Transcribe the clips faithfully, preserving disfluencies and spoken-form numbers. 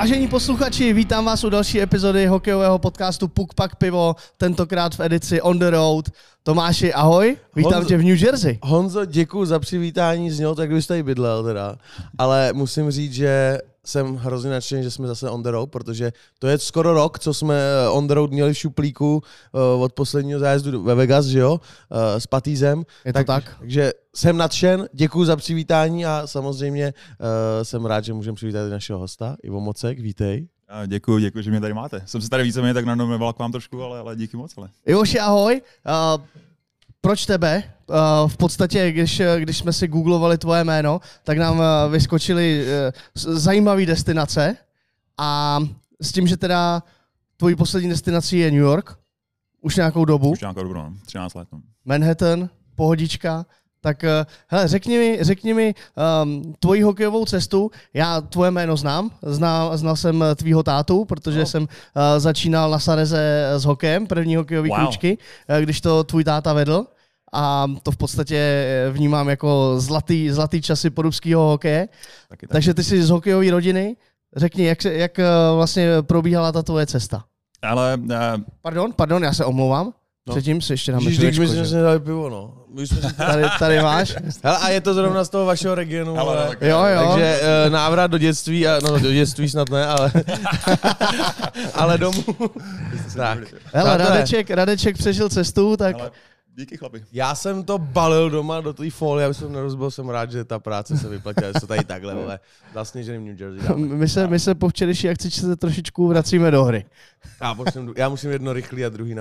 Vážení posluchači, vítám vás u další epizody hokejového podcastu Puk Pak Pivo, tentokrát v edici On the Road. Tomáši, ahoj, vítám Honzo, tě v New Jersey. Honzo, děkuji za přivítání, znělo tak, kdybyste tady bydlel teda, ale musím říct, že jsem hrozně nadšený, že jsme zase on the road, protože to je skoro rok, co jsme on the road měli v šuplíku uh, od posledního zájezdu ve Vegas, že jo, uh, s Patýzem. Je to tak? tak? Takže jsem nadšen, děkuji za přivítání a samozřejmě uh, jsem rád, že můžeme přivítat našeho hosta, Ivo Mocek, vítej. Děkuji, děkuji, že mě tady máte. Jsem se tady víceméně tak nanomenoval k vám trošku, ale, ale díky moc. Ale. Ivoši, ahoj. Uh, proč tebe? Uh, v podstatě, když, když jsme si googlovali tvoje jméno, tak nám uh, vyskočily uh, zajímavé destinace a s tím, že teda tvojí poslední destinací je New York, už nějakou dobu. Už nějakou dobu, no. třináct let. No. Manhattan, pohodička. Tak hele, řekni mi, řekni mi um, tvoji hokejovou cestu. Já tvoje jméno znám, znal, znal jsem tvýho tátu, protože oh. jsem uh, začínal na Sareze s hokejem, první hokejový wow. klučky, uh, když to tvůj táta vedl. A to v podstatě vnímám jako zlatý, zlatý časy porubského hokeje. Taky, taky. Takže ty jsi z hokejové rodiny. Řekni, jak, se, jak vlastně probíhala ta tvoje cesta? Ale... Uh... Pardon, pardon, já se omlouvám. No. Předtím si ještě dáme chvíličku. Když my jsme dali pivo, no. My jsme tady, tady máš. Hele, a je to zrovna z toho vašeho regionu. Ale, ale... tak, jo, jo. Takže uh, návrat do dětství, a, no do dětství snad ne, ale, ale domů. Tak. Hele, Radeček, Radeček přežil cestu, tak... Ale... Díky, chlapi. Já jsem to balil doma do té folie, aby jsem nerozbil, jsem rád, že ta práce se vyplatila, že to tady takhle, ale vlastně, že v New Jersey dáme. My se, my se po včerejší akci se trošičku vracíme do hry. Já musím, já musím jedno rychlý a druhý na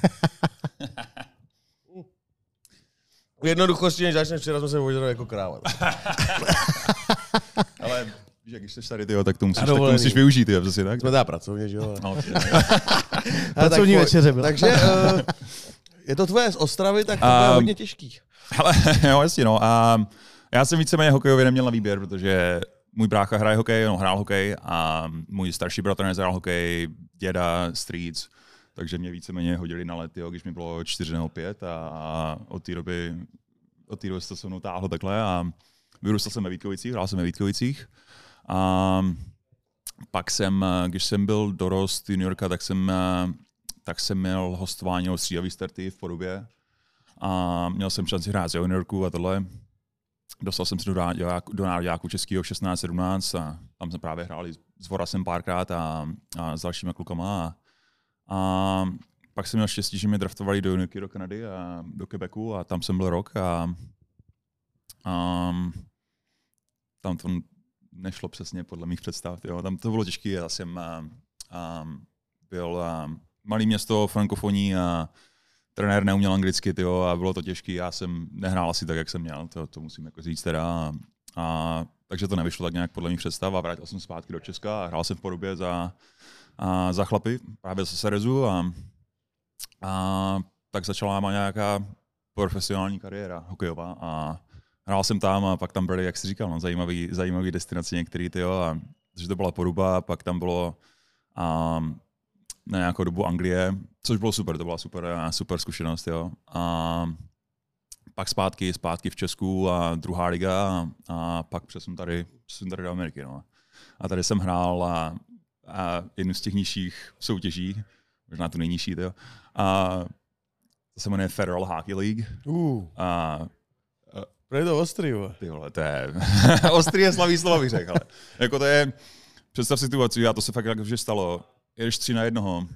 V jednoduchosti, než začneš, včera jsme se vožrali jako kráva. Ale víš, když jsi tady, tyjo, tak to musíš, tak to musíš využít, jo, přesně tak? Jsme teda pracovně, že jo? No, pracovní večeře byl. Takže uh, je to tvoje z Ostravy, tak to bude um, hodně těžký. Ale jo, jasně, no. A já jsem víceméně hokejově neměl na výběr, protože můj brácha hraje hokej, no, hrál hokej a můj starší bratr nehrál hokej, děda, strýc, takže mě víceméně hodili na let, jo, když mi bylo čtyři nebo pět a, a od té doby, od té doby se to se mnou táhlo takhle a vyrůstal jsem ve Vítkovicích, hrál jsem ve Vítkovicích a pak jsem, když jsem byl dorost New Yorka, tak jsem, tak jsem měl hostování o střídavý starty v Porubě a měl jsem šanci hrát z juniorku a tohle. Dostal jsem se do, do nároďáku českého šestnáct sedmnáct a tam jsme právě hráli s Vorasem párkrát a, a s dalšíma klukama. A, a pak jsem měl štěstí, že mě draftovali do juniorky do Kanady a do Quebecu a tam jsem byl rok a, a tam to nešlo přesně podle mých představ. Jo. Tam to bylo těžké. Já jsem a, a byl a, malý město, frankofoní a trenér neuměl anglicky, tyjo, a bylo to těžké. Já jsem nehrál asi tak, jak jsem měl, to, to musím jako říct teda. A, a, takže to nevyšlo tak nějak podle mých představ a vrátil jsem zpátky do Česka a hrál jsem v Porubě za, a, za chlapy, právě za Sarezu a, a tak začala má nějaká profesionální kariéra hokejová a hrál jsem tam a pak tam byly, jak jsi říkal, no, zajímavý, zajímavý destinace některý, tyjo, a takže to byla Poruba, pak tam bylo a, na nějakou dobu Anglie, což bylo super, to byla super, super zkušenost, jo. A pak zpátky, zpátky v Česku a druhá liga a, a pak přesun tady, přesun tady do Ameriky, no. A tady jsem hrál a, a jednu z těch nižších soutěží, možná tu nejnižší, jo. A to se jmenuje Federal Hockey League. Uh. A to je to ostrý, ty vole, to je ostrý je slavý slovo, bych řekl, ale jako to je, představ situaci, a to se fakt jakože stalo. Jedeš tři na jednoho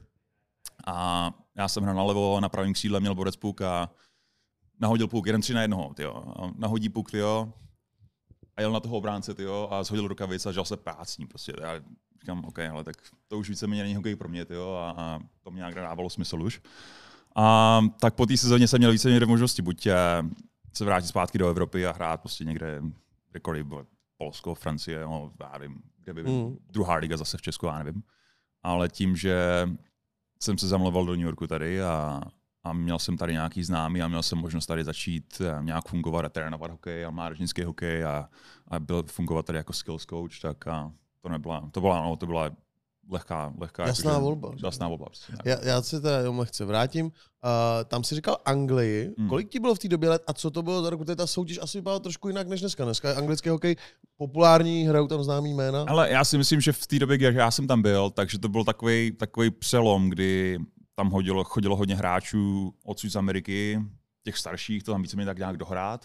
a já jsem hrál nalevo, na pravém křídle měl borec puk a nahodil puk, jeden tři na jednoho, tyjo. A nahodí puk, tyjo, a jel na toho obránce, tyjo, a shodil rukavice a žal se prácní, prostě. Já říkám, OK, ale tak to už víceméně není hokej pro mě, tyjo, a, a to mě nějak dávalo smysl už. A tak po té sezóně jsem měl víceméně dvě možnosti, buď se vrátit zpátky do Evropy a hrát prostě někde, kdekoliv, Polsko, Francie, no, já nevím, kde by mm. druhá liga zase v Česku, já nevím. Ale tím, že jsem se zamlouval do New Yorku tady a, a měl jsem tady nějaký známý a měl jsem možnost tady začít nějak fungovat a trénovat hokej a mládežnický hokej a, a byl fungovat tady jako skills coach, tak a to nebyla, to byla, no, to byla lehká, lehká. Jasná jakože, volba. Jasná volba. Prostě, já, já se teda jenom lehce vrátím. Uh, tam si říkal Anglii. Hmm. Kolik ti bylo v té době let a co to bylo za rok? Ta soutěž asi vypadala trošku jinak než dneska. Dneska je anglický hokej populární, hrajou tam známý jména. Ale já si myslím, že v té době, kdy já jsem tam byl, takže to byl takový takový přelom, kdy tam chodilo, chodilo hodně hráčů odsud z Ameriky, těch starších, to tam víceméně tak nějak dohrát.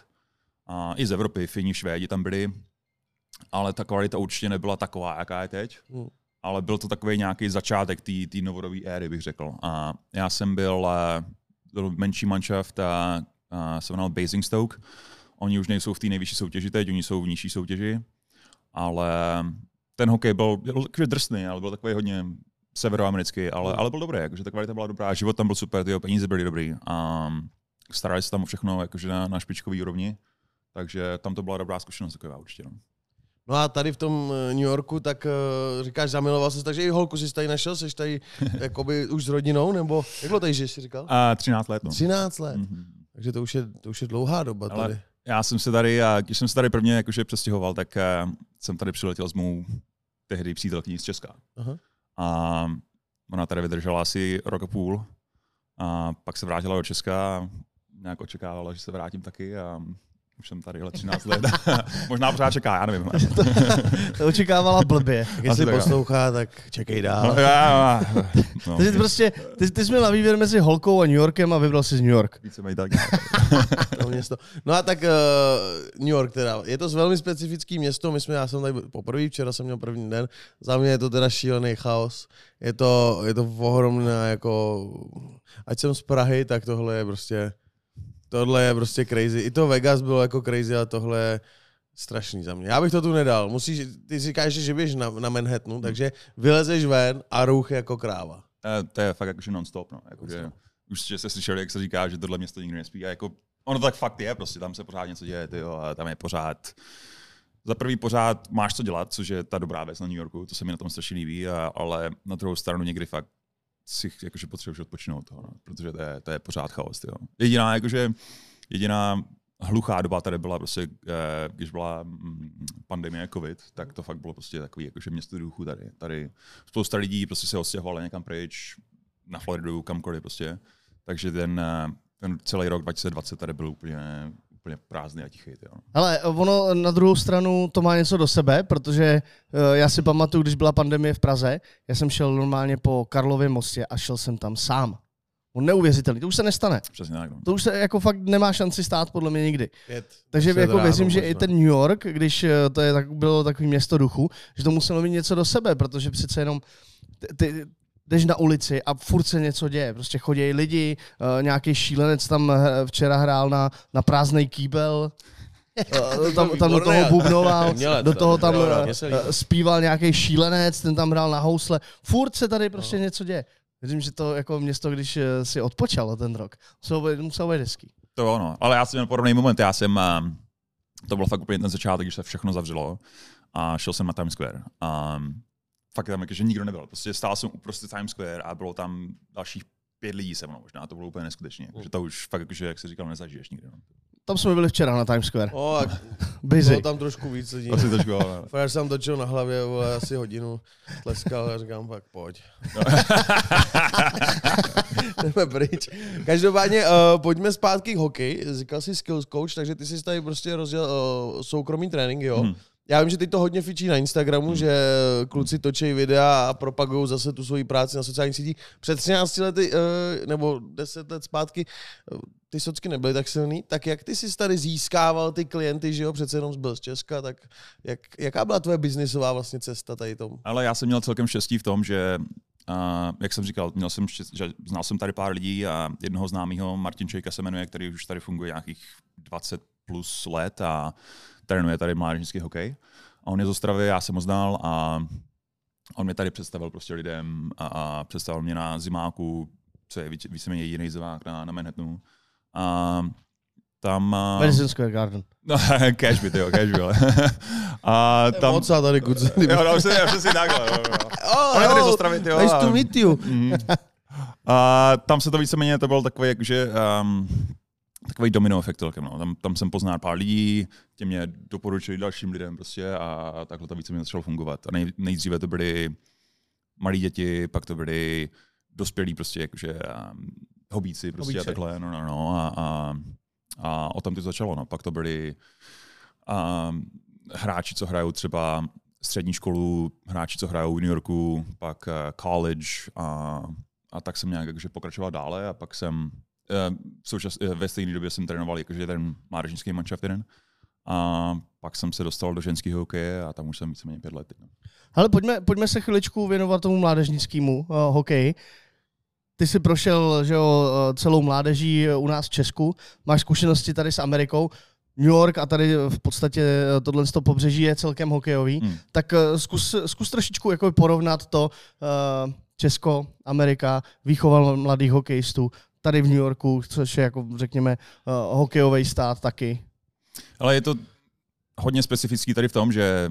A i z Evropy, Fini, Švédi tam byli. Ale ta kvalita určitě nebyla taková, jaká je teď. Hmm. Ale byl to takový nějaký začátek té novodobé éry, bych řekl. A já jsem byl uh, menší manšaft a uh, se jmenoval Basingstoke. Oni už nejsou v té nejvyšší soutěži teď, oni jsou v nižší soutěži. Ale ten hokej byl, byl takový drsný, ale byl takový hodně severoamerický, ale, hmm. ale byl dobrý, jakože ta kvalita byla dobrá, život tam byl super, tyjo, peníze byly dobrý. A starali se tam o všechno jakože na, na špičkový úrovni. Takže tam to byla dobrá zkušenost, taková určitě. No. No a tady v tom New Yorku, tak uh, říkáš, zamiloval jsi, takže i holku jsi tady našel, jsi tady jakoby už s rodinou, nebo jak bylo tady, že jsi říkal? Uh, třináct let, no. třináct let, mm-hmm. takže to už je, to už je dlouhá doba ale tady. Já jsem se tady, a když jsem se tady prvně jakože přestěhoval, tak uh, jsem tady přiletěl s mou tehdy přítelkyní z Česka. Aha. A ona tady vydržela asi rok a půl a pak se vrátila do Česka a nějak očekávala, že se vrátím taky a už jsem tady třináct let. Možná pořád čeká, já nevím. to, to očekávala blbě. Když si poslouchá, tak čekej dál. No, já, no. Ty, prostě, ty, ty jsi měl na výběr mezi Holkou a New Yorkem a vybral jsi z New York. Víceméně tak. To město. No a tak uh, New York teda. Je to velmi specifický město. My jsme, já jsem tady poprvé, včera jsem měl první den. Za mě je to teda šílený chaos. Je to, je to ohromné, jako... Ať jsem z Prahy, tak tohle je prostě... Tohle je prostě crazy. I to Vegas bylo jako crazy, ale tohle je strašný za mě. Já bych to tu nedal. Musíš, ty říkáš, že běž na, na Manhattanu, takže vylezeš ven a ruch jako kráva. E, to je fakt jakože non-stop. No. Jako, že, už jste slyšeli, jak se říká, že tohle město nikdo nespí. A jako, ono to tak fakt je, prostě tam se pořád něco děje, tyjo, a tam je pořád... Za prvý pořád máš co dělat, což je ta dobrá věc na New Yorku, to se mi na tom strašně líbí, a, ale na druhou stranu někdy fakt si jakože potřebuješ odpočinout toho, no, protože to je, to je pořád chaos. Tyjo. Jediná, jakože, jediná hluchá doba tady byla, prostě, když byla pandemie covid, tak to fakt bylo prostě takový jakože město duchu tady. Tady spousta lidí prostě se odstěhovalo někam pryč, na Floridu, kamkoliv prostě. Takže ten, ten celý rok dva tisíce dvacet tady byl úplně, úplně prázdný a tichý. Tyjo. Ale ono na druhou stranu to má něco do sebe, protože uh, já si pamatuju, když byla pandemie v Praze, já jsem šel normálně po Karlově mostě a šel jsem tam sám. On neuvěřitelný, to už se nestane. Přesně tak. No. To už se jako fakt nemá šanci stát podle mě nikdy. Pět, Takže jako věřím, že možná. i ten New York, když to je, tak bylo takový město duchu, že to muselo mít něco do sebe, protože přece jenom ty, ty jdeš na ulici a furt se něco děje. Prostě chodí lidi, uh, nějaký šílenec tam včera hrál na, na prázdnej kýbel, uh, tam, tam do toho bubnoval, do toho tam uh, zpíval nějaký šílenec, ten tam hrál na housle. Furt se tady prostě no. něco děje. Věřím, že to jako město, když si odpočalo ten rok, muselo být hezký. To ono, ale já jsem měl podobný moment, já jsem, um, to bylo fakt úplně ten začátek, když se všechno zavřelo a šel jsem na Times Square. Um, fakt tam že nikdo nebyl. Prostě stál jsem uprostřed Times Square a bylo tam dalších pět lidí se mnou možná. To bylo úplně neskutečné. Mm. To už fakt, jakože, jak jsi říkal, nezažiješ nikdy. No. Tam jsme byli včera na Times Square. O, Busy. Bylo tam trošku víc lidí. Asi trošku, ale... Fakt jsem točil na hlavě, vole, asi hodinu, tleskal a říkám, pak pojď. No. Jdeme pryč. Každopádně uh, pojďme zpátky k hokeji. Říkal jsi skills coach, takže ty jsi tady prostě rozdělal uh, soukromý trénink, jo? Hmm. Já vím, že teď to hodně fičí na Instagramu, hmm. že kluci točí videa a propagují zase tu svoji práci na sociálních sítích. Před třinácti lety, nebo deset let zpátky, ty socky nebyly tak silný. Tak jak ty jsi tady získával ty klienty, že jo, přece jenom byl z Česka, tak jak, jaká byla tvoje biznisová vlastně cesta tady tomu? Ale já jsem měl celkem štěstí v tom, že Uh, jak jsem říkal, měl jsem štěstí, že znal jsem tady pár lidí a jednoho známého, Martin Čejka se jmenuje, který už tady funguje nějakých dvacet plus let a trénuje tady mládežnický hokej. A on je z Ostravy, já jsem ho znal a on mě tady představil prostě lidem a, a představil mě na zimáku, co je víceméně jediný zimák na, na Manhattanu. A tam... Madison Square Garden. No, Cashby, tyjo, Cashby, ale. A tam... Moc tady kuci. Jo, no, přesně takhle. Oh, oh, oh, Ostravy, tyjo, nice to meet you. Mm. A tam se to víceméně, to byl takový, jakože, um, takový domino efekt celkem. No. Tam, tam jsem poznal pár lidí, tě mě doporučili dalším lidem prostě a takhle to víceméně začalo fungovat. A nej, nejdříve to byly malí děti, pak to byli dospělí prostě jakože um, hobíci prostě Hobíče. a takhle, no, no, no a, a, a o tom to začalo, no. Pak to byli um, hráči, co hrajou třeba střední školu, hráči, co hrajou v New Yorku, pak uh, college a, a tak jsem nějak jakože pokračoval dále a pak jsem uh, součas, uh, ve stejné době jsem trénoval jakože ten mládežnický manšaft jeden a pak jsem se dostal do ženského hokeje a tam už jsem víceméně pět let. No. Ale pojďme, pojďme se chviličku věnovat tomu mládežnickému uh, hokeji. Ty jsi prošel že jo, celou mládeží u nás v Česku, máš zkušenosti tady s Amerikou, New York a tady v podstatě tohle pobřeží je celkem hokejový, hmm. tak zkus, zkus trošičku jako porovnat to uh, Česko, Amerika, výchova mladých hokejistů, tady v New Yorku, což je jako řekněme uh, hokejový stát taky. Ale je to hodně specifický tady v tom, že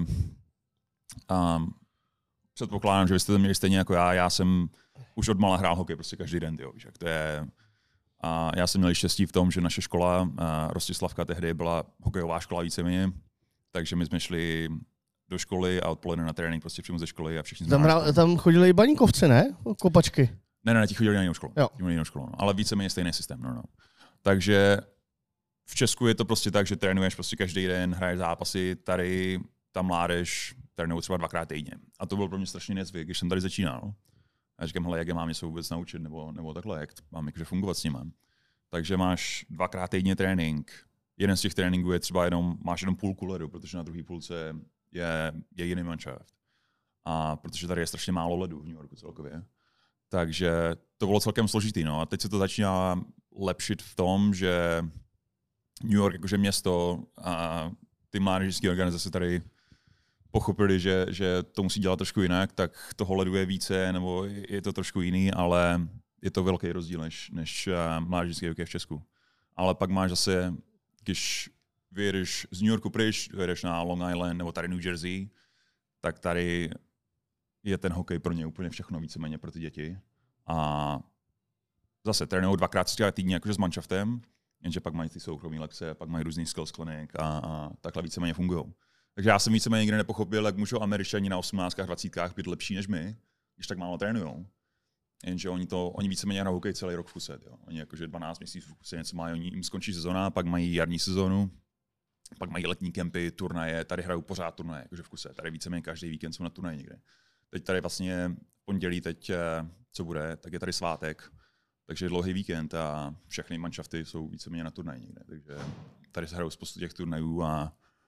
um, předpokládám, že vy jste to měli stejně jako já, já jsem už odmala hrál hokej prostě každý den, tyjo, víš, jak to je. A já jsem měl štěstí v tom, že naše škola, Rostislavka tehdy byla hokejová škola víceméně, takže my jsme šli do školy a odpoledne na trénink prostě přímo ze školy a všichni jsme tam, tam chodili i baníkovci, ne? Kopačky. Ne, ne, ne, ti chodili na jinou školu. Jo. Na jinou školu no. Ale víceméně stejný systém. No, no. Takže v Česku je to prostě tak, že trénuješ prostě každý den, hraješ zápasy, tady ta mládež trénuje třeba dvakrát týdně. A to byl pro mě strašný nezvyk, když jsem tady začínal. A říkám, hele, jak je mám něco vůbec naučit, nebo, nebo takhle, jak mám jakože fungovat s nimi. Takže máš dvakrát týdně trénink. Jeden z těch tréninků je třeba jenom, máš jenom půlku ledu, protože na druhé půlce je, je jiný manšaft. A protože tady je strašně málo ledu v New Yorku celkově. Takže to bylo celkem složitý. No. A teď se to začíná lepšit v tom, že New York jakože město a ty mládežnické organizace tady pochopili, že, že to musí dělat trošku jinak, tak toho ledu je více, nebo je to trošku jiný, ale je to velký rozdíl než, než mládežnický hokej v Česku. Ale pak máš zase, když vyjedeš z New Yorku pryč, vyjedeš na Long Island nebo tady New Jersey, tak tady je ten hokej pro ně úplně všechno víceméně pro ty děti. A zase trénují dvakrát, třikrát týdně jakože s manšaftem, jenže pak mají ty soukromé lekce, pak mají různý skills clinic a, a takhle víceméně fungují. Takže já jsem víceméně nikdy nepochopil, jak můžou Američani na osmnáctkách, dvacítkách být lepší než my, když tak málo trénujou. Jenže oni to, oni víceméně hrajou hokej celý rok v kuse. Jo. Oni jakože dvanáct měsíců v kuse něco mají, oni jim skončí sezóna, pak mají jarní sezónu, pak mají letní kempy, turnaje, tady hrajou pořád turnaje, jakože v kuse. Tady víceméně každý víkend jsou na turnaji někde. Teď tady vlastně v pondělí, teď co bude, tak je tady svátek, takže je dlouhý víkend a všechny manšafty jsou víceméně na turnaji někde. Takže tady se hrajou spoustu těch turnajů a,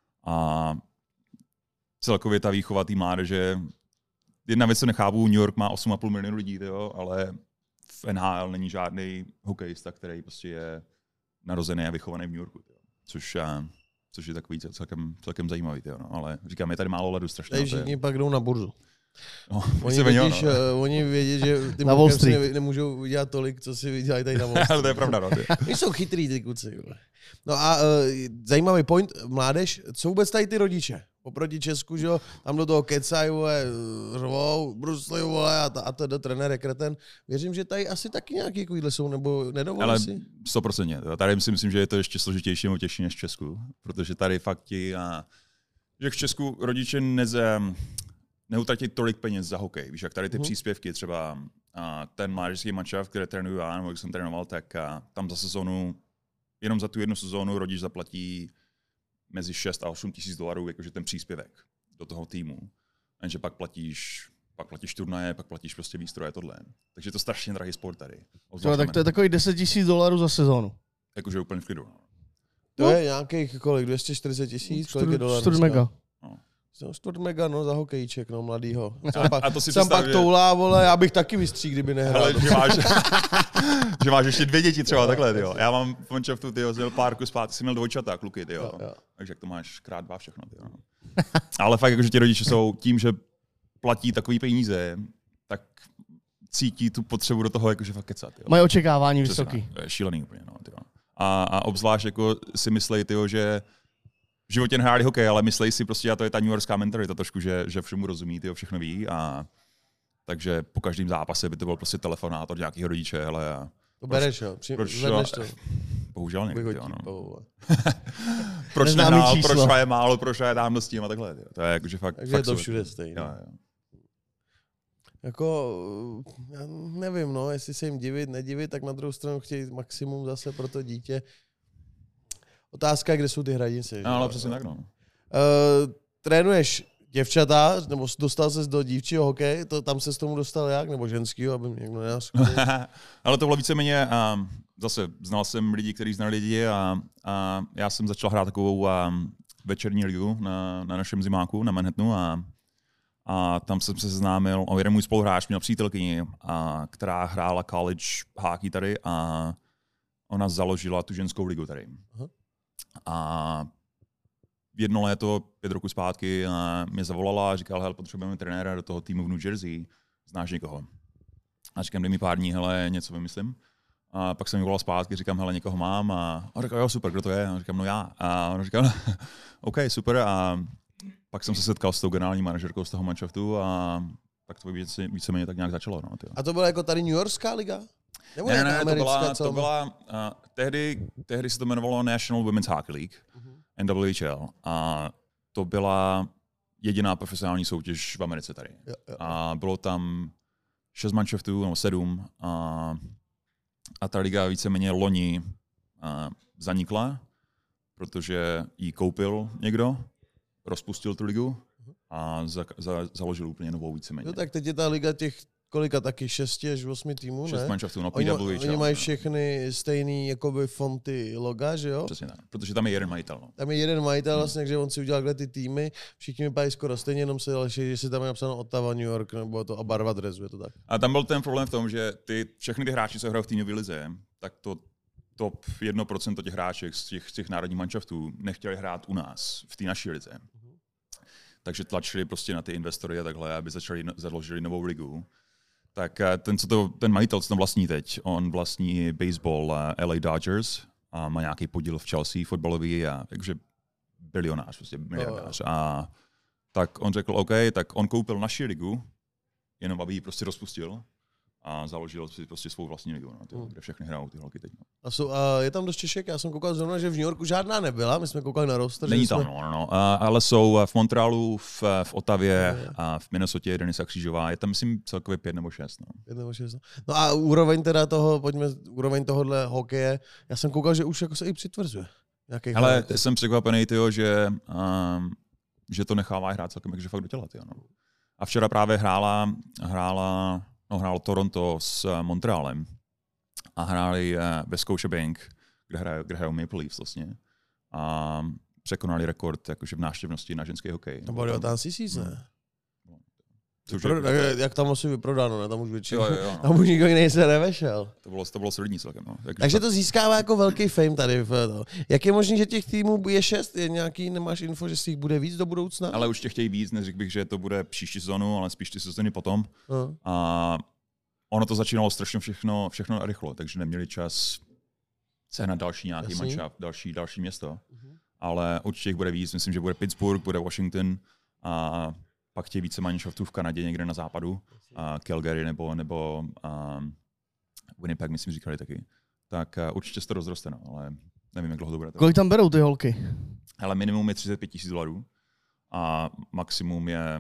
a celkově ta výchova té mládeže. Jedna věc, co nechápu, New York má osm a půl milionu lidí, tyjo, ale v N H L není žádný hokejista, který prostě je narozený a vychovaný v New Yorku. Tyjo. Což, což je takový celkem, celkem zajímavý. Tyjo, no. Ale říkám, je tady málo ledu strašně. Tady všichni pak jdou na burzu. No, oni, vědíš, no. uh, oni vědí, že ty ne, nemůžou vydělat tolik, co si vydělají tady na Wall Street. To je pravda. No, oni jsou chytrý, ty kluci. No a uh, zajímavý point, mládež, co vůbec tady ty rodiče? Oproti Česku, že jo, tam do toho kecají, řvou, bruslej, vole, a, ta, a to do trenér je kreten. Věřím, že tady asi taky nějaký takovýhle jsou, nebo nedovolí ale si? sto procent. Tady si myslím, že je to ještě složitější nebo těžší než v Česku, protože tady fakt ti a že v Česku rodiče neze, neutratí tolik peněz za hokej. Víš, jak tady ty hmm. příspěvky, třeba a ten mládežský manšaft, který trénuju já, nebo jak jsem trénoval, tak a tam za sezónu, jenom za tu jednu sezónu rodič zaplatí mezi šest a osm tisíc dolarů, jakože ten příspěvek do toho týmu. Jenže pak platíš, pak platíš turnaje, pak platíš prostě výstroje, tohle. Takže je to strašně drahý sport tady. To, tak to je takový deset tisíc dolarů za sezónu. Jakože úplně v klidu. No. To no. je nějakých kolik, dvě stě čtyřicet tisíc, kolik je dolarů? čtyři mega. No. čtyři mega, no, za hokejček, no, mladýho. A, jsem pak, a to si jsem pak toulá, vole, já bych taky vystřík, kdyby nehrál. Ale že máš, že máš ještě dvě děti třeba, takhle, tyjo. Já mám v manšaftu, tyjo, měl pár roku zpátky, jsem měl dvojčata, kluky, tyjo. Jo, jo. Takže jak to máš krát dva všechno, tyjo. Ale fakt, jakože ti rodiče jsou tím, že platí takový peníze, tak cítí tu potřebu do toho, jakože fakt kecat, tyjo. Mají očekávání vysoký. To je šílený úplně, no, tyjo. A, a obzvlášť jako si myslej, tyjo, že v životě nehráli hokej, ale myslej si prostě, a to je ta New Yorkská mentalita trošku, že, že všemu rozumí, tyjo, všechno ví a takže po každém zápase by to byl prostě telefonát od nějakého rodiče, hele a to bereš, jo, proč, zvedneš to. Bohužel někdy, jo, no. Proč nehrál, proč hraje málo, proč hraje tamhle s tím a takhle, tyjo. To je jakože fakt... Takže fakt je to všude stejné. Jako, já nevím, no, jestli se jim divit, nedivit, tak na druhou stranu chtějí maximum zase pro to dítě. Otázka je, kde jsou ty hranice. No, ale přesně tak, no. Uh, trénuješ děvčata, nebo dostal ses do dívčího hokeje, to, tam se s tomu dostal jak, nebo ženskýho, aby mě někdo nenaskudil? Ale to bylo víceméně, a zase znal jsem lidi, kteří znali lidi a, a já jsem začal hrát takovou a, večerní ligu na, na našem zimáku na Manhattanu a, a tam jsem se seznámil, a jeden můj spoluhráč měl přítelkyni, a, která hrála college hockey tady a ona založila tu ženskou ligu tady. Aha. A jedno léto, pět roku zpátky, a mě zavolala a říkala, hele, potřebujeme trenéra do toho týmu v New Jersey, znáš někoho? A říkám, dej mi pár dní, hele, něco vymyslím. A pak jsem mi volal zpátky, říkám, hele, někoho mám a on říkal, jo, super, kdo to je? A říkám, no já. A on říkal, OK, super. A pak jsem se setkal s tou generální manažerkou z toho manšaftu a tak to více, víceméně tak nějak začalo. No, a to byla jako tady New Yorkská liga? Nebo ne, ne, to byla, to byla uh, tehdy, tehdy se to jmenovalo National Women's Hockey League, uh-huh. N W H L. A to byla jediná profesionální soutěž v Americe tady. Jo, jo. A bylo tam šest manšaftů, nebo sedm. A, a ta liga víceméně loni a, zanikla, protože ji koupil někdo, rozpustil tu ligu a za, za, založil úplně novou víceméně. No tak teď je ta liga těch kolika taky šesti až osmi týmů, ne? Šest manšaftů, no, P W H L. Oni, oni mají všechny stejný jakoby fonty loga, že jo? Přesně tak, protože tam je jeden majitel. No. Tam je jeden majitel vlastně, takže on si udělal kde ty týmy, všichni vypadají skoro stejně, jenom se další, že si tam je napsáno Ottawa, New York, nebo to a barva dresu, je to tak. A tam byl ten problém v tom, že ty, všechny ty hráči, co hrajou v týmové lize, tak to top jedno procento těch hráček z těch, z těch národních manšaftů nechtěli hrát u nás, v té naší lize. Uh-huh. Takže tlačili prostě na ty investory a takhle, aby začali založili novou ligu. Tak ten, co to, ten majitel, co tam vlastní teď, on vlastní baseball L A Dodgers a má nějaký podíl v Chelsea fotbalový, a takže bilionář, prostě miliardář. A tak on řekl, OK, tak on koupil naši ligu, jenom aby ji prostě rozpustil a založil si prostě svou vlastní ligu, no, to, kde všechny hrajou ty holky teď. No. A, jsou, a je tam dost Češek? Já jsem koukal zrovna, že v New Yorku žádná nebyla, my jsme koukali na roster. Není tam, jsme... no, no, a, ale jsou v Montrealu, v, v Otavě a v Minnesotě Denisa Křížová. Je tam, myslím, celkově pět nebo šest. No. Pět nebo šest. No a úroveň teda toho, pojďme, úroveň tohohle hokeje, já jsem koukal, že už jako se i přitvrzuje. Ale hráte. Jsem překvapený, tyjo, že, um, že to nechává hrát celkem, takže fakt do těla. Tyjo, no. A včera právě hrála, hrála No, hrálo Toronto s Montrealem a hráli ve Scotiabank, kde hrajou, kde hrajou Maple Leafs vlastně. A překonali rekord jakože v návštěvnosti na ženský hokej. To bylo devatenáct tisíc, ne? Pro, tak, jak tam asi vyprodáno, ne? Tam už většinou, jo, jo, no. Tam už nikdo jiný se nevešel. To bylo, to bylo solidní celkem. No. Jak Takže to získává jako velký fame tady. V to. Jak je možné, že těch týmů je šest? Je nějaký, nemáš info, že si jich bude víc do budoucna? Ale už těch chtějí víc, neřekl bych, že to bude příští sezonu, ale spíš ty sezony potom. Uh. A ono to začínalo strašně všechno, všechno rychlo, takže neměli čas sehnat další nějaký manšaft, další, další město. Uh-huh. Ale určitě jich bude víc, myslím, že bude Pittsburgh, bude Washington a pak těch více manšaftů v Kanadě někde na západu, a Calgary nebo, nebo um, Winnipeg, myslím, říkali taky. Tak uh, určitě se to rozroste, no, ale nevím, jak dlouho to bude. Kolik tam berou ty holky? Ale minimum je třicet pět tisíc dolarů a maximum je...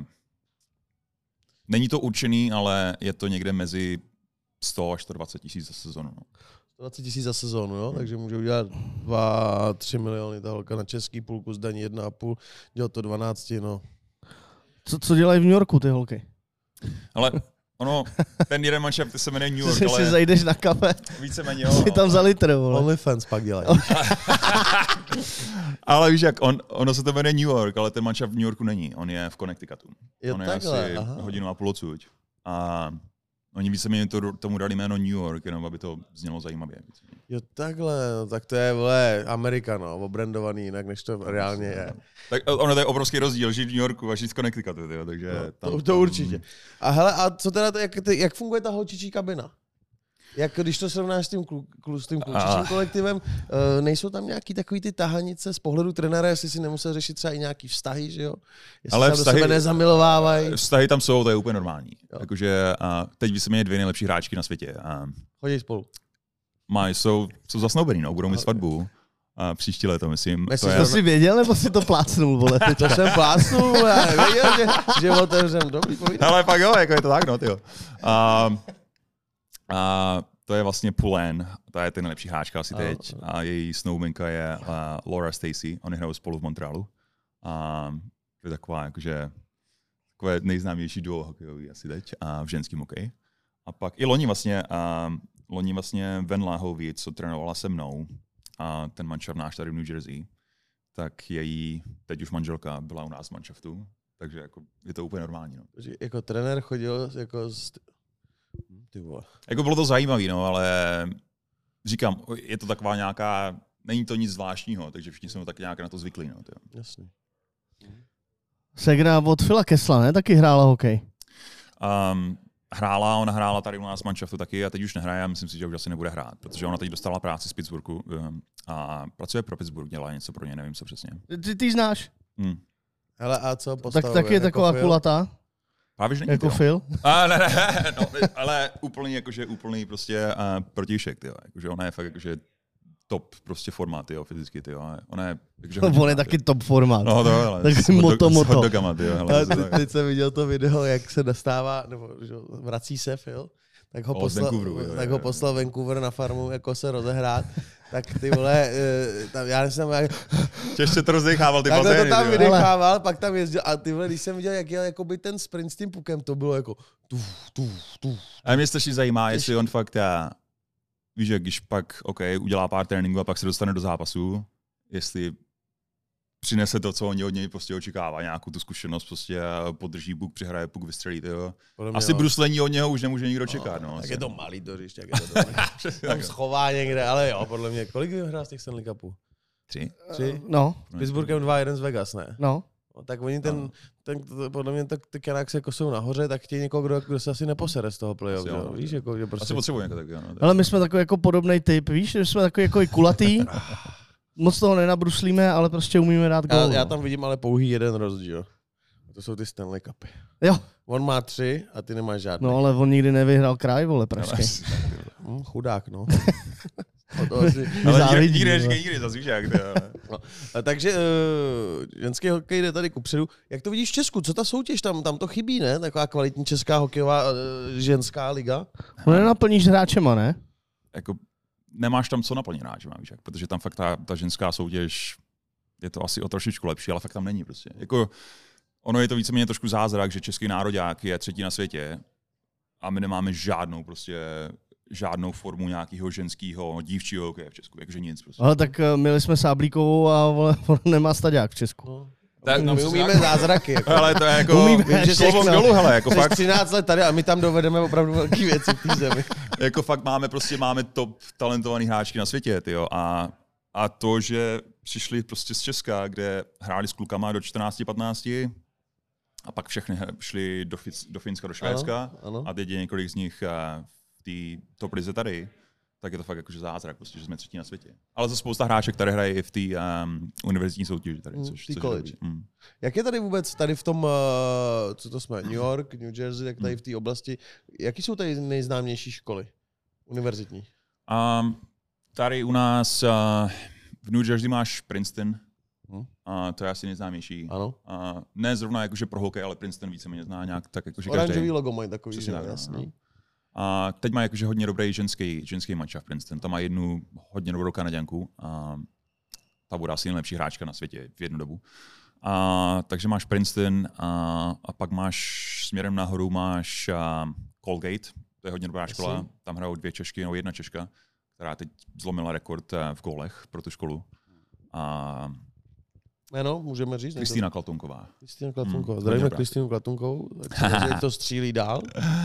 Není to určený, ale je to někde mezi sto až sto dvacet tisíc za sezonu. No. sto dvacet tisíc za sezonu, jo? Hmm. Takže může udělat dva, tři miliony ta holka na český půlku, zdaní jedna a půl, dělat to dvanáct, no. Co, co dělají v New Yorku ty holky? Ale ono, ten jeden manšaft se jmenuje New York, ale... si zajdeš na kafe, víceméně jo. Si tam za litr, vole. OnlyFans pak dělají. Ale víš jak, on, ono se to jmenuje New York, ale ten manšaft v New Yorku není, on je v Connecticutu. Je on je takhle, asi aha. hodinu a půl odsud. A oni víceméně to, tomu dali jméno New York, jenom aby to znělo zajímavě. Jo takhle, no, tak to je, vole, Amerika, no, obrandovaný jinak, než to reálně je. Tak ono to je obrovský rozdíl, žít v New Yorku a žít v Connecticutu, jo, takže... No, tam, to, to určitě. A hele, a co teda, jak, jak funguje ta holčičí kabina? Jak když to srovnáš s tím, klu, klu, s tím klučičím a... kolektivem, uh, nejsou tam nějaký takový ty tahanice z pohledu trenéra, jestli si nemusel řešit třeba i nějaký vztahy, že jo? Jestli ale se vztahy, do sebe nezamilovávají. Vztahy tam jsou, to je úplně normální. Jakože a teď vysemějí dvě nejlepší hráčky na světě. A chodí spolu. Mají, jsou, jsou zasnoubený, no, budou mít svatbu. A příští léto, myslím. Myslíš, to To je, jsi věděl, nebo si to plácnul, vole? To jsem plásnul, já nevěděl, že, že otevřem. Dobrý povídám. ale pak jo, jako je to tak, no, tyjo. A, a to je vlastně Pulen, to je ten nejlepší háčka asi teď. A její snowmanka je uh, Laura Stacey, oni hrajou spolu v Montrealu. A to je taková, jakože, takové nejznámější duo hokejový asi teď a v ženském hokeji. A pak i loni vlastně, uh, loni vlastně Ven Láhový, co trénovala se mnou, a ten manšaft náš tady v New Jersey, tak její teď už manželka byla u nás v manšaftu, takže jako je to úplně normální. No. Takže jako trenér chodil jako z... Ty vole. Jako bylo to zajímavé, no, ale říkám, je to taková nějaká, není to nic zvláštního, takže všichni jsme tak nějak na to zvyklí. No, Jasně. Segra od Phila Kessla, ne? Taky hrála hokej. Um, hrála, ona hrála tady u nás v manšaftu taky a teď už nehraje a myslím si, že už asi nebude hrát, protože ona teď dostala práci z Pittsburghu um, a pracuje pro Pittsburgh, dělá něco pro ně, nevím co přesně. Ty, ty znáš? Hmm. Hele, a co Tak postavuje? taky je jako taková Phil? kulatá, Právě, že není, jako tyjo. Phil. A ne, ne, no, ale úplný, jakože úplný prostě uh, protišek, tyjo. Jakože ona je fakt jakože top prostě formát, tyjo, fyzicky, tyjo. Ona je, jakože No, on je taky top formát. No to ale Tak s hot moto, dog- s moto. hot dogama, tyjo. hele, Ale to teď, tak- teď jsem viděl to video, jak se dostává, nebo že vrací se Phil, tak ho, O, z poslal, Vancouveru, jo, tak jo, ho jo. poslal Vancouver na farmu jako se rozehrát. Tak ty vole, eh, tam, já jsem jak, Ještě to rozdechával ty takhle to bazény, tam tyjo. vydechával, pak tam jezdil a ty vole, když jsem viděl, jak jel jakoby ten sprint s tím pukem, to bylo jako tuf, tuf, tuf. A mě strašně zajímá, jestli Těžký. on fakt, já, víš, jak když pak, OK, udělá pár tréninků a pak se dostane do zápasu, jestli přinese to, co oni od něj prostě očekává, nějakou tu zkušenost, prostě a podrží puk, přihraje puk, vystřelí, jo. Podle mě Asi jo. bruslení od něho už nemůže nikdo čekat, no. Tak asi. je to malý to hřiště, jak je to dobré. Přesně Tam tak. schová někde, ale jo, podle mě. Kolik vyhrál z těch Stanley Cupů? Tři? Tři? No, S Pittsburghem dva, jeden z Vegas, ne? no. No, tak oni ten, ten, ten podle mě tak ty Canucks jako jsou nahoře, tak chtějí někoho, kdo, kdo se asi neposere z toho playoff, Asi jo, jo, no. víš, jako, že Asi prostě... potřebuje nějaké tak, jo. No, Ale my jsme takový jako podobný typ, víš, že jsme takový jako i kulatý, moc toho nenabruslíme, ale prostě umíme dát gól. Já, já no. tam vidím ale pouhý jeden rozdíl. A to jsou ty Stanley Cupy. Jo, On má tři a ty nemáš žádný. no ale on nikdy nevyhrál kraj, vole, pražský. Hm, chudák, no. O to asi... Ale závidí, nikdy, nikdy, vole. neříkej nikdy, zase víš jak, to, No. A takže uh, ženský hokej jde tady kupředu. Jak to vidíš v Česku? Co ta soutěž tam? Tam to chybí, ne? Taková kvalitní česká hokejová uh, ženská liga. No nenaplníš hráčema, ne? jako nemáš tam co naplnit hráčema, víš jak, protože tam fakt ta, ta ženská soutěž je to asi o trošičku lepší, ale fakt tam není prostě. Jako, ono je to víceméně trošku zázrak, že český nároďák je třetí na světě a my nemáme žádnou prostě žádnou formu nějakého ženského dívčího hokeje v Česku, jakože nic prostě. Ale tak uh, měli jsme Sáblíkovou a vole, on nemá staďák v Česku. No. Tak, My no, umíme zázraky. Jako. ale to je jako Umíme vím, že všechno. klobouk dolů, hele, jako Jsi fakt, třináct let tady a my tam dovedeme opravdu velké věci v té zemi. jako fakt máme prostě máme top talentovaný hráčky na světě, tyjo, a a to, že přišli prostě z Česka, kde hráli s klukama do čtrnáct patnáct a pak všechny šli do, Fic, do Finska, do Švédska Ano, ano. a teď je několik z nich uh, v té top lize tady, tak je to fakt jakože zázrak, prostě, že jsme třetí na světě. Ale za spousta hráček, které hrají i v té um, univerzitní soutěži tady, Mm, což, tý což je college. dobrý. Mm. Jak je tady vůbec tady v tom, uh, co to jsme, New York, New Jersey, tak tady v té oblasti, jaký jsou tady nejznámější školy univerzitní? Um, tady u nás uh, v New Jersey máš Princeton, Hmm. uh, to je asi nejznámější. Ano. Uh, ne zrovna jakože pro hokej, ale Princeton víceméně zná nějak tak jakože Oranžový každý. logo mají takový, Přesně že, tak, no, jasný. no. A teď má jakože hodně dobrý ženský, ženský match v Princeton. Tam má jednu hodně dobrou Kanaďanku. A ta bude asi nejlepší hráčka na světě v jednu dobu. A, takže máš Princeton a, a pak máš směrem nahoru máš a, Colgate. To je hodně dobrá škola. Jasně. Tam hrajou dvě Češky, nebo jedna Češka, která teď zlomila rekord a, v gólech pro tu školu. A Jméno, můžeme říct? Kristýna Klatunková. Kristýna Klatunková. Hmm, Zdravíme dobrá. Kristýnu Klatunkovou. Tak to střílí dál.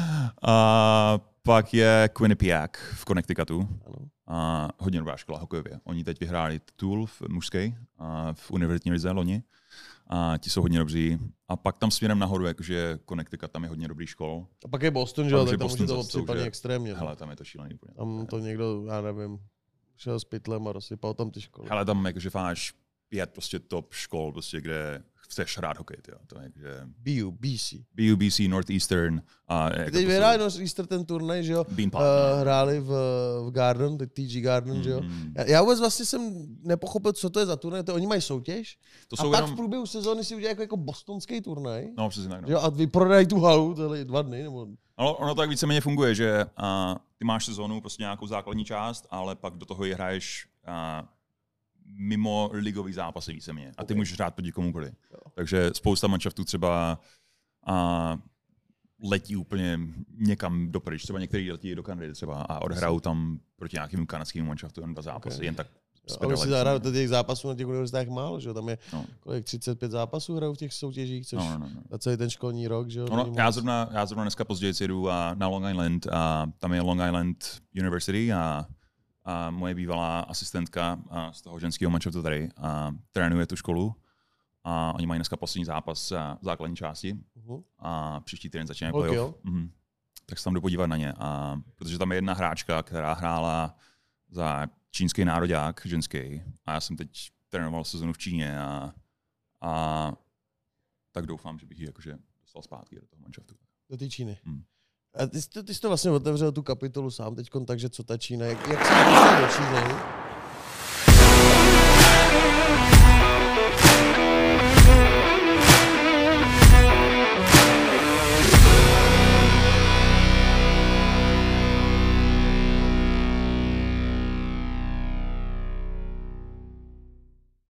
A pak je Quinnipiac v Connecticutu. Ano. A hodně dobrá škola hokejově. Oni teď vyhráli titul v mužské a v univerzitní lize loni. A ti jsou hodně dobří. A pak tam směrem nahoru, jakože Connecticut, tam je hodně dobrý škol. A pak je Boston, že Pak jo, už je tak tam už je Boston to zase, to už obsypaný je- extrémně. Hele, tam je to šílený úplně. Tam to někdo, já nevím, šel s pytlem a rozsypal tam ty školy. Hele, tam jakože máš pět prostě top škol, prostě, kde chceš hrát hokej. Tyjo. To je, že... B U B C. B U B C, Northeastern. A jako teď vyhráli Northeastern ten turnaj, že jo? Uh, hráli v, v Garden, T G Garden, mm, že jo? Já, já vůbec vlastně jsem nepochopil, co to je za turnaj. To oni mají soutěž to a jsou pak jenom... v průběhu sezóny si udělají jako, jako bostonský turnaj. No, přesně tak. No. Že jo? A vyprodají tu halu tohle dva dny. Nebo... No, ono tak víceméně funguje, že uh, ty máš sezónu, prostě nějakou základní část, ale pak do toho ji hraješ uh, mimo ligový zápasy víceméně. A ty okay. můžeš hrát proti komukoliv. Jo. Takže spousta manšaftů třeba uh, letí úplně někam dopryč. Třeba některý letí do Kanady třeba a odhrajou tam proti nějakým kanadským manšaftu jen dva zápasy. Okay. Jen tak a už si zahrál těch zápasů na těch univerzitách málo, že jo? Tam je no. kolik, třicet pět zápasů hrajou v těch soutěžích, což no, no, no. na celý ten školní rok, že jo? No, no, já, zrovna, já zrovna dneska později jedu na Long Island a tam je Long Island University a, a moje bývalá asistentka z toho ženského manšaftu tady a trénuje tu školu a oni mají dneska poslední zápas v základní části uh-huh. a příští týden začíná okay, playoff. Mhm. Tak se tam jdu podívat na ně, a, protože tam je jedna hráčka, která hrála za čínský nároďák, ženský. A já jsem teď trénoval sezonu v Číně a, a tak doufám, že bych ji jakože dostal zpátky do toho manšaftu. Do té Číny. Hmm. A ty jsi, to, ty jsi to vlastně otevřel tu kapitolu sám teď, takže co ta Čína, jak, jak se dostal do Číny?